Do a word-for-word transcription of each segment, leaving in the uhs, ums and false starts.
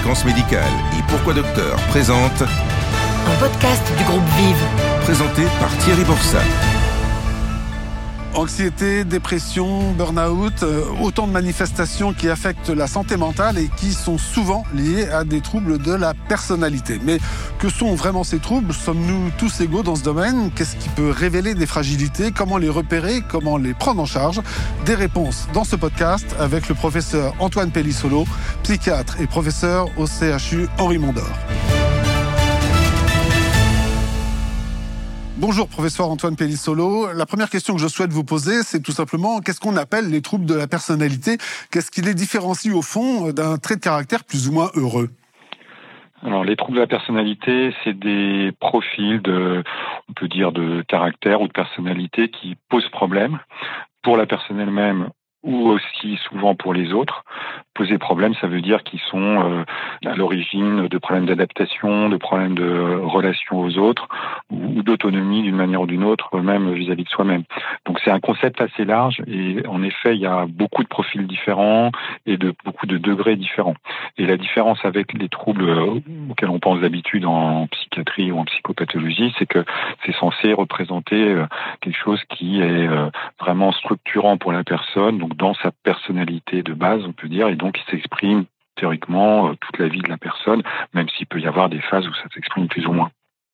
Fréquence Médicale et Pourquoi Docteur présente un podcast du groupe Vive, présenté par Thierry Borsat. Anxiété, dépression, burn-out, euh, autant de manifestations qui affectent la santé mentale et qui sont souvent liées à des troubles de la personnalité. Mais que sont vraiment ces troubles ? Sommes-nous tous égaux dans ce domaine ? Qu'est-ce qui peut révéler des fragilités ? Comment les repérer ? Comment les prendre en charge ? Des réponses dans ce podcast avec le professeur Antoine Pellissolo, psychiatre et professeur au C H U Henri Mondor. Bonjour professeur Antoine Pellissolo. La première question que je souhaite vous poser, c'est tout simplement qu'est-ce qu'on appelle les troubles de la personnalité ? Qu'est-ce qui les différencie au fond d'un trait de caractère plus ou moins heureux ? Alors, les troubles de la personnalité, c'est des profils de, on peut dire, de caractère ou de personnalité qui posent problème pour la personne elle-même ou aussi souvent pour les autres. Poser problème, ça veut dire qu'ils sont euh, à l'origine de problèmes d'adaptation, de problèmes de relation aux autres ou d'autonomie d'une manière ou d'une autre, même vis-à-vis de soi-même. Donc c'est un concept assez large et en effet, il y a beaucoup de profils différents et de beaucoup de degrés différents. Et la différence avec les troubles auxquels on pense d'habitude en psychiatrie ou en psychopathologie, c'est que c'est censé représenter quelque chose qui est vraiment structurant pour la personne, donc dans sa personnalité de base, on peut dire, et donc il s'exprime théoriquement toute la vie de la personne, même s'il peut y avoir des phases où ça s'exprime plus ou moins.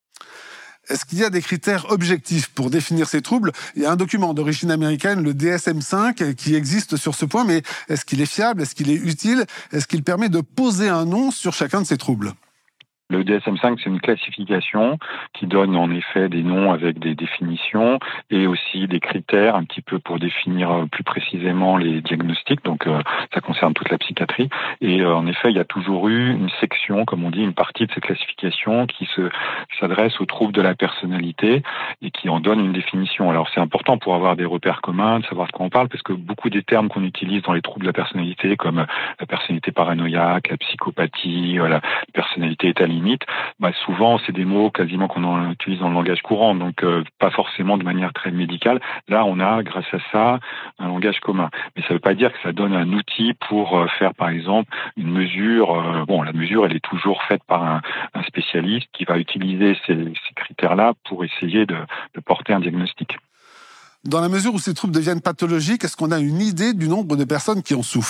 Est-ce qu'il y a des critères objectifs pour définir ces troubles ? Il y a un document d'origine américaine, le D S M cinq, qui existe sur ce point, mais est-ce qu'il est fiable ? Est-ce qu'il est utile ? Est-ce qu'il permet de poser un nom sur chacun de ces troubles ? Le D S M cinq, c'est une classification qui donne en effet des noms avec des définitions et aussi des critères un petit peu pour définir plus précisément les diagnostics. Donc, euh, ça concerne toute la psychiatrie. Et euh, en effet, il y a toujours eu une section, comme on dit, une partie de cette classification qui se qui s'adresse aux troubles de la personnalité et qui en donne une définition. Alors, c'est important pour avoir des repères communs, de savoir de quoi on parle, parce que beaucoup des termes qu'on utilise dans les troubles de la personnalité, comme la personnalité paranoïaque, la psychopathie, la personnalité italienne, bah souvent c'est des mots quasiment qu'on en utilise dans le langage courant, donc euh, pas forcément de manière très médicale. Là, on a grâce à ça un langage commun. Mais ça ne veut pas dire que ça donne un outil pour euh, faire par exemple une mesure. Euh, bon, la mesure elle est toujours faite par un, un spécialiste qui va utiliser ces, ces critères-là pour essayer de, de porter un diagnostic. Dans la mesure où ces troubles deviennent pathologiques, est-ce qu'on a une idée du nombre de personnes qui en souffrent ?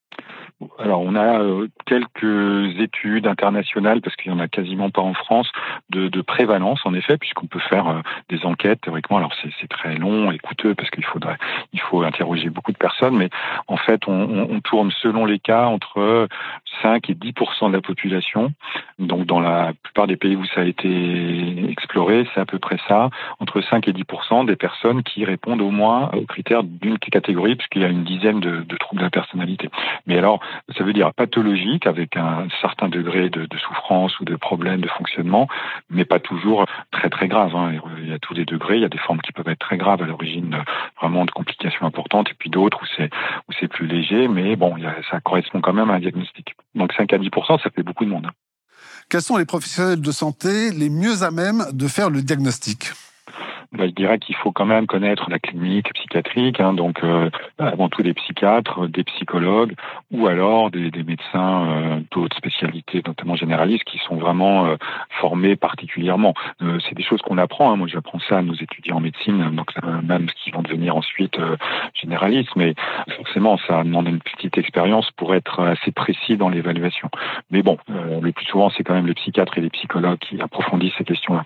Alors, on a euh, quelques études internationales, parce qu'il n'y en a quasiment pas en France, de, de prévalence, en effet, puisqu'on peut faire euh, des enquêtes, théoriquement. Alors, c'est, c'est très long et coûteux, parce qu'il faudrait, il faut interroger beaucoup de personnes, mais en fait, on, on, on tourne selon les cas entre cinq et dix pour cent de la population. Donc, dans la plupart des pays où ça a été exploré, c'est à peu près ça, entre cinq et dix pour cent des personnes qui répondent au moins aux critères d'une catégorie, puisqu'il y a une dizaine de, de troubles de la personnalité. Mais alors, ça veut dire pathologique, avec un certain degré de, de souffrance ou de problème de fonctionnement, mais pas toujours très très grave. Hein. Il y a tous les degrés, il y a des formes qui peuvent être très graves à l'origine, vraiment de complications importantes, et puis d'autres où c'est où c'est plus léger, mais bon, il y a, ça correspond quand même à un diagnostic. Donc cinq à dix pour cent, ça fait beaucoup de monde. Quels sont les professionnels de santé les mieux à même de faire le diagnostic ? Ben, je dirais qu'il faut quand même connaître la clinique psychiatrique, hein, donc euh, avant tout des psychiatres, des psychologues ou alors des, des médecins euh, d'autres spécialités, notamment généralistes, qui sont vraiment euh, formés particulièrement. Euh, c'est des choses qu'on apprend, hein. Moi j'apprends ça à nos étudiants en médecine, donc euh, même ceux qui vont devenir ensuite euh, généralistes, mais forcément ça demande une petite expérience pour être assez précis dans l'évaluation. Mais bon, euh, le plus souvent c'est quand même les psychiatres et les psychologues qui approfondissent ces questions-là.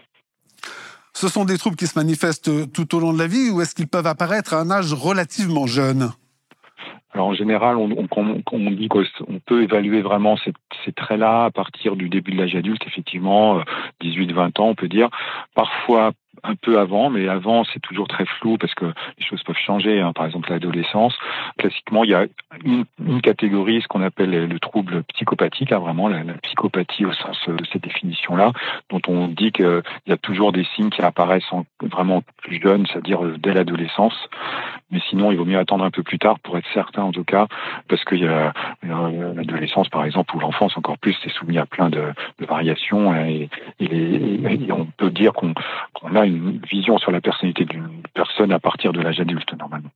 Ce sont des troubles qui se manifestent tout au long de la vie ou est-ce qu'ils peuvent apparaître à un âge relativement jeune ? Alors en général, on, on, on dit qu'on peut évaluer vraiment ces, ces traits-là à partir du début de l'âge adulte, effectivement, dix-huit vingt ans, on peut dire. Parfois un peu avant, mais avant c'est toujours très flou parce que les choses peuvent changer, hein. Par exemple l'adolescence, classiquement il y a une, une catégorie, ce qu'on appelle le trouble psychopathique, hein, vraiment la, la psychopathie au sens de cette définition-là, dont on dit qu'il y a toujours des signes qui apparaissent en, vraiment plus jeunes, c'est-à-dire dès l'adolescence, mais sinon il vaut mieux attendre un peu plus tard pour être certain en tout cas, parce qu'il y a, il y a l'adolescence par exemple, ou l'enfance encore plus, c'est soumis à plein de, de variations, hein, et, et, les, et on peut dire qu'on, qu'on a une vision sur la personnalité d'une personne à partir de l'âge adulte, normalement.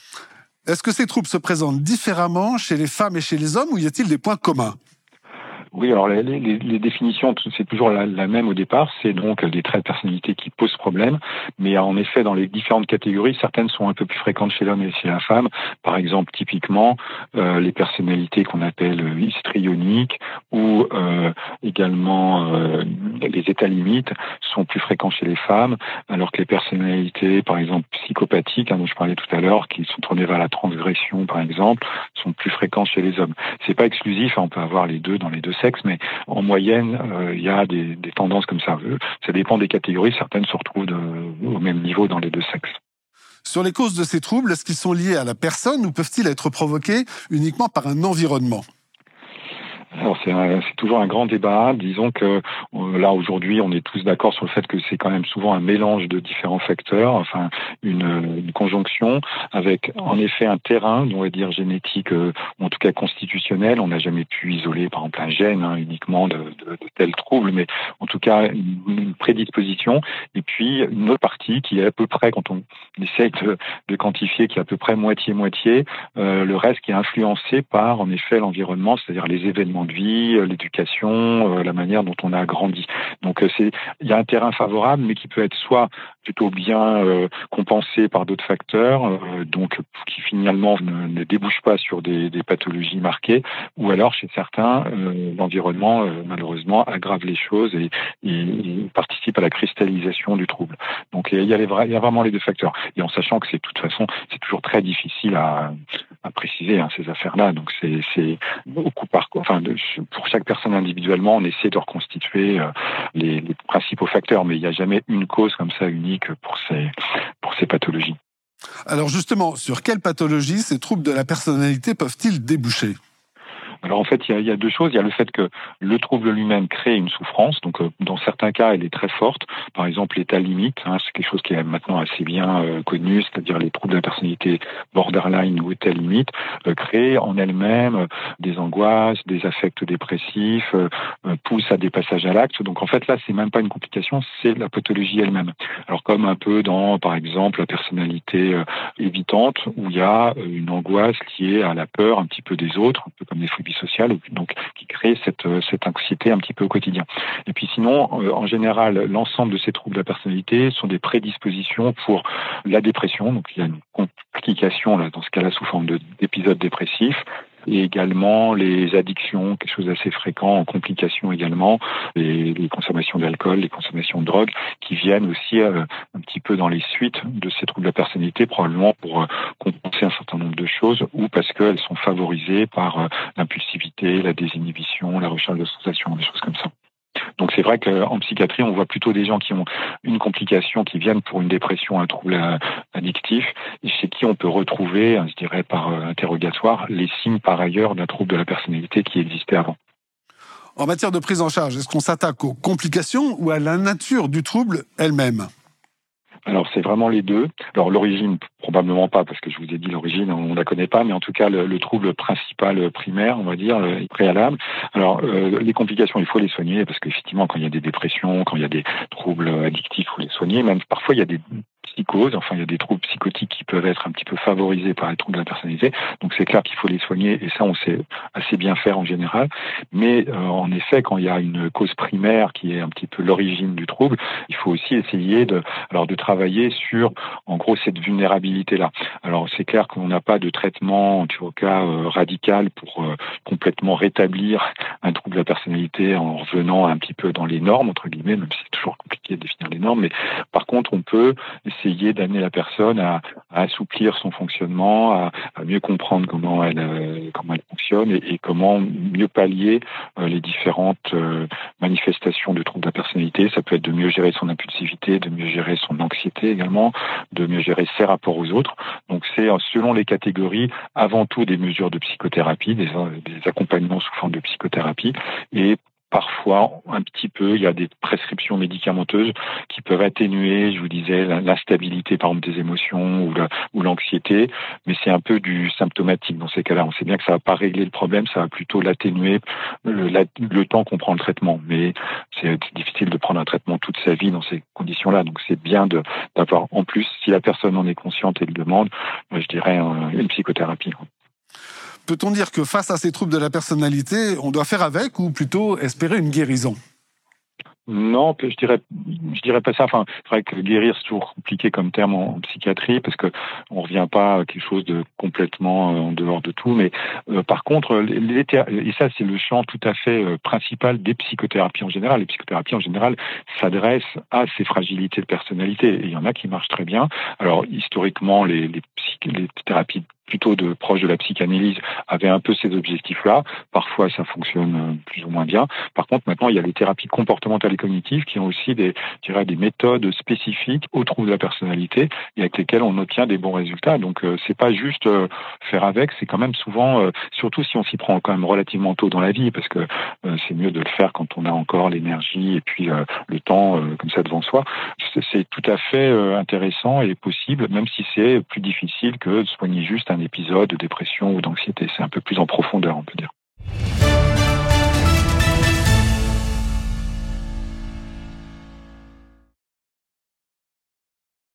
Est-ce que ces troubles se présentent différemment chez les femmes et chez les hommes ou y a-t-il des points communs ? Oui, alors les, les, les définitions, c'est toujours la, la même au départ. C'est donc des traits de personnalité qui posent problème. Mais en effet, dans les différentes catégories, certaines sont un peu plus fréquentes chez l'homme et chez la femme. Par exemple, typiquement, euh, les personnalités qu'on appelle histrioniques ou euh, également euh, les états limites sont plus fréquents chez les femmes, alors que les personnalités, par exemple, psychopathiques, hein, dont je parlais tout à l'heure, qui sont tournées vers la transgression, par exemple, sont plus fréquents chez les hommes. C'est pas exclusif, hein, on peut avoir les deux dans les deux sexes, mais en moyenne, euh, il y a des, des tendances comme ça. Ça dépend des catégories, certaines se retrouvent de, au même niveau dans les deux sexes. Sur les causes de ces troubles, est-ce qu'ils sont liés à la personne ou peuvent-ils être provoqués uniquement par un environnement ? Alors c'est, un, c'est toujours un grand débat. Disons que euh, là aujourd'hui, on est tous d'accord sur le fait que c'est quand même souvent un mélange de différents facteurs, enfin une, une conjonction avec en effet un terrain, on va dire génétique, euh, ou en tout cas constitutionnel. On n'a jamais pu isoler par exemple un gène hein, uniquement de, de, de tels troubles, mais en tout cas une, une prédisposition. Et puis une autre partie qui est à peu près, quand on essaie de, de quantifier, qui est à peu près moitié-moitié, euh, le reste qui est influencé par en effet l'environnement, c'est-à-dire les événements de vie, l'éducation, la manière dont on a grandi. Donc c'est, il y a un terrain favorable, mais qui peut être soit plutôt bien euh, compensé par d'autres facteurs, euh, donc qui finalement ne, ne débouchent pas sur des, des pathologies marquées, ou alors chez certains, euh, l'environnement euh, malheureusement aggrave les choses et, et, et participe à la cristallisation du trouble. Donc il y a, les, il y a vraiment les deux facteurs. Et en sachant que c'est de toute façon, c'est toujours très difficile à, à préciser hein, ces affaires-là. Donc c'est, c'est beaucoup par, enfin de, pour chaque personne individuellement, on essaie de reconstituer euh, les, les principaux facteurs, mais il n'y a jamais une cause comme ça unique pour ces, pour ces pathologies. Alors justement, sur quelles pathologies ces troubles de la personnalité peuvent-ils déboucher ? Alors en fait, il y, a, il y a deux choses. Il y a le fait que le trouble lui-même crée une souffrance. Donc euh, dans certains cas, elle est très forte. Par exemple, l'état limite, hein, c'est quelque chose qui est maintenant assez bien euh, connu, c'est-à-dire les troubles de la personnalité borderline ou état limite, euh, créent en elles-mêmes euh, des angoisses, des affects dépressifs, euh, euh, poussent à des passages à l'acte. Donc en fait, là, c'est même pas une complication, c'est la pathologie elle-même. Alors comme un peu dans, par exemple, la personnalité euh, évitante, où il y a euh, une angoisse liée à la peur un petit peu des autres, un peu comme les phobies sociale, donc qui crée cette, cette anxiété un petit peu au quotidien. Et puis sinon, euh, en général, l'ensemble de ces troubles de la personnalité sont des prédispositions pour la dépression. Donc il y a une complication là, dans ce cas-là sous forme de, d'épisodes dépressifs. Et également les addictions, quelque chose d'assez fréquent, en complications également, les, les consommations d'alcool, les consommations de drogue, qui viennent aussi euh, un petit peu dans les suites de ces troubles de la personnalité, probablement pour euh, compenser un certain nombre de choses, ou parce qu'elles sont favorisées par euh, l'impulsivité, la désinhibition, la recherche de sensations, des choses comme ça. Donc c'est vrai qu'en psychiatrie, on voit plutôt des gens qui ont une complication, qui viennent pour une dépression, un trouble addictif, et chez qui on peut retrouver, je dirais par interrogatoire, les signes par ailleurs d'un trouble de la personnalité qui existait avant. En matière de prise en charge, est-ce qu'on s'attaque aux complications ou à la nature du trouble elle-même ? Alors c'est vraiment les deux. Alors l'origine, probablement pas, parce que je vous ai dit l'origine, on ne la connaît pas, mais en tout cas le, le trouble principal primaire, on va dire, est préalable. Alors euh, les complications, il faut les soigner, parce qu'effectivement quand il y a des dépressions, quand il y a des troubles addictifs, il faut les soigner. Même parfois il y a des psychoses, enfin il y a des troubles psychotiques qui peuvent être un petit peu favorisés par les troubles de la personnalité. Donc c'est clair qu'il faut les soigner, et ça on sait assez bien faire en général. Mais euh, en effet, quand il y a une cause primaire qui est un petit peu l'origine du trouble, il faut aussi essayer de, alors de travailler sur, en gros, cette vulnérabilité-là. Alors c'est clair qu'on n'a pas de traitement, en tout cas euh, radical, pour euh, complètement rétablir un trouble de la personnalité en revenant un petit peu dans les normes, entre guillemets, même si c'est toujours compliqué de définir les normes. Mais par contre, on peut essayer d'amener la personne à, à assouplir son fonctionnement, à, à mieux comprendre comment elle, euh, comment elle fonctionne et, et comment mieux pallier euh, les différentes euh, manifestations de troubles de la personnalité. Ça peut être de mieux gérer son impulsivité, de mieux gérer son anxiété également, de mieux gérer ses rapports aux autres. Donc c'est selon les catégories, avant tout des mesures de psychothérapie, des, des accompagnements sous forme de psychothérapie, et parfois, un petit peu, il y a des prescriptions médicamenteuses qui peuvent atténuer, je vous disais, l'instabilité, par exemple, des émotions ou, la, ou l'anxiété, mais c'est un peu du symptomatique dans ces cas-là. On sait bien que ça ne va pas régler le problème, ça va plutôt l'atténuer le, la, le temps qu'on prend le traitement. Mais c'est difficile de prendre un traitement toute sa vie dans ces conditions-là. Donc c'est bien de, d'avoir, en plus, si la personne en est consciente et le demande, je dirais une psychothérapie. peut-on dire que face à ces troubles de la personnalité, on doit faire avec ou plutôt espérer une guérison ? Non, je dirais, je dirais pas ça. Enfin, c'est vrai que guérir, c'est toujours compliqué comme terme en, en psychiatrie parce que on revient pas à quelque chose de complètement en dehors de tout. Mais euh, par contre, les, les, et ça, c'est le champ tout à fait euh, principal des psychothérapies en général. Les psychothérapies en général s'adressent à ces fragilités de personnalité. Et il y en a qui marchent très bien. Alors, historiquement, les, les, psych, les thérapies plutôt de proches de la psychanalyse avaient un peu ces objectifs-là. Parfois, ça fonctionne plus ou moins bien. Par contre, maintenant, il y a les thérapies comportementales et cognitives qui ont aussi des, je dirais, des méthodes spécifiques aux troubles de la personnalité et avec lesquelles on obtient des bons résultats. Donc, euh, c'est pas juste euh, faire avec, c'est quand même souvent, euh, surtout si on s'y prend quand même relativement tôt dans la vie, parce que euh, c'est mieux de le faire quand on a encore l'énergie et puis euh, le temps euh, comme ça devant soi. C'est, c'est tout à fait euh, intéressant et possible, même si c'est plus difficile que de soigner juste un épisode de dépression ou d'anxiété. C'est un peu plus en profondeur, on peut dire.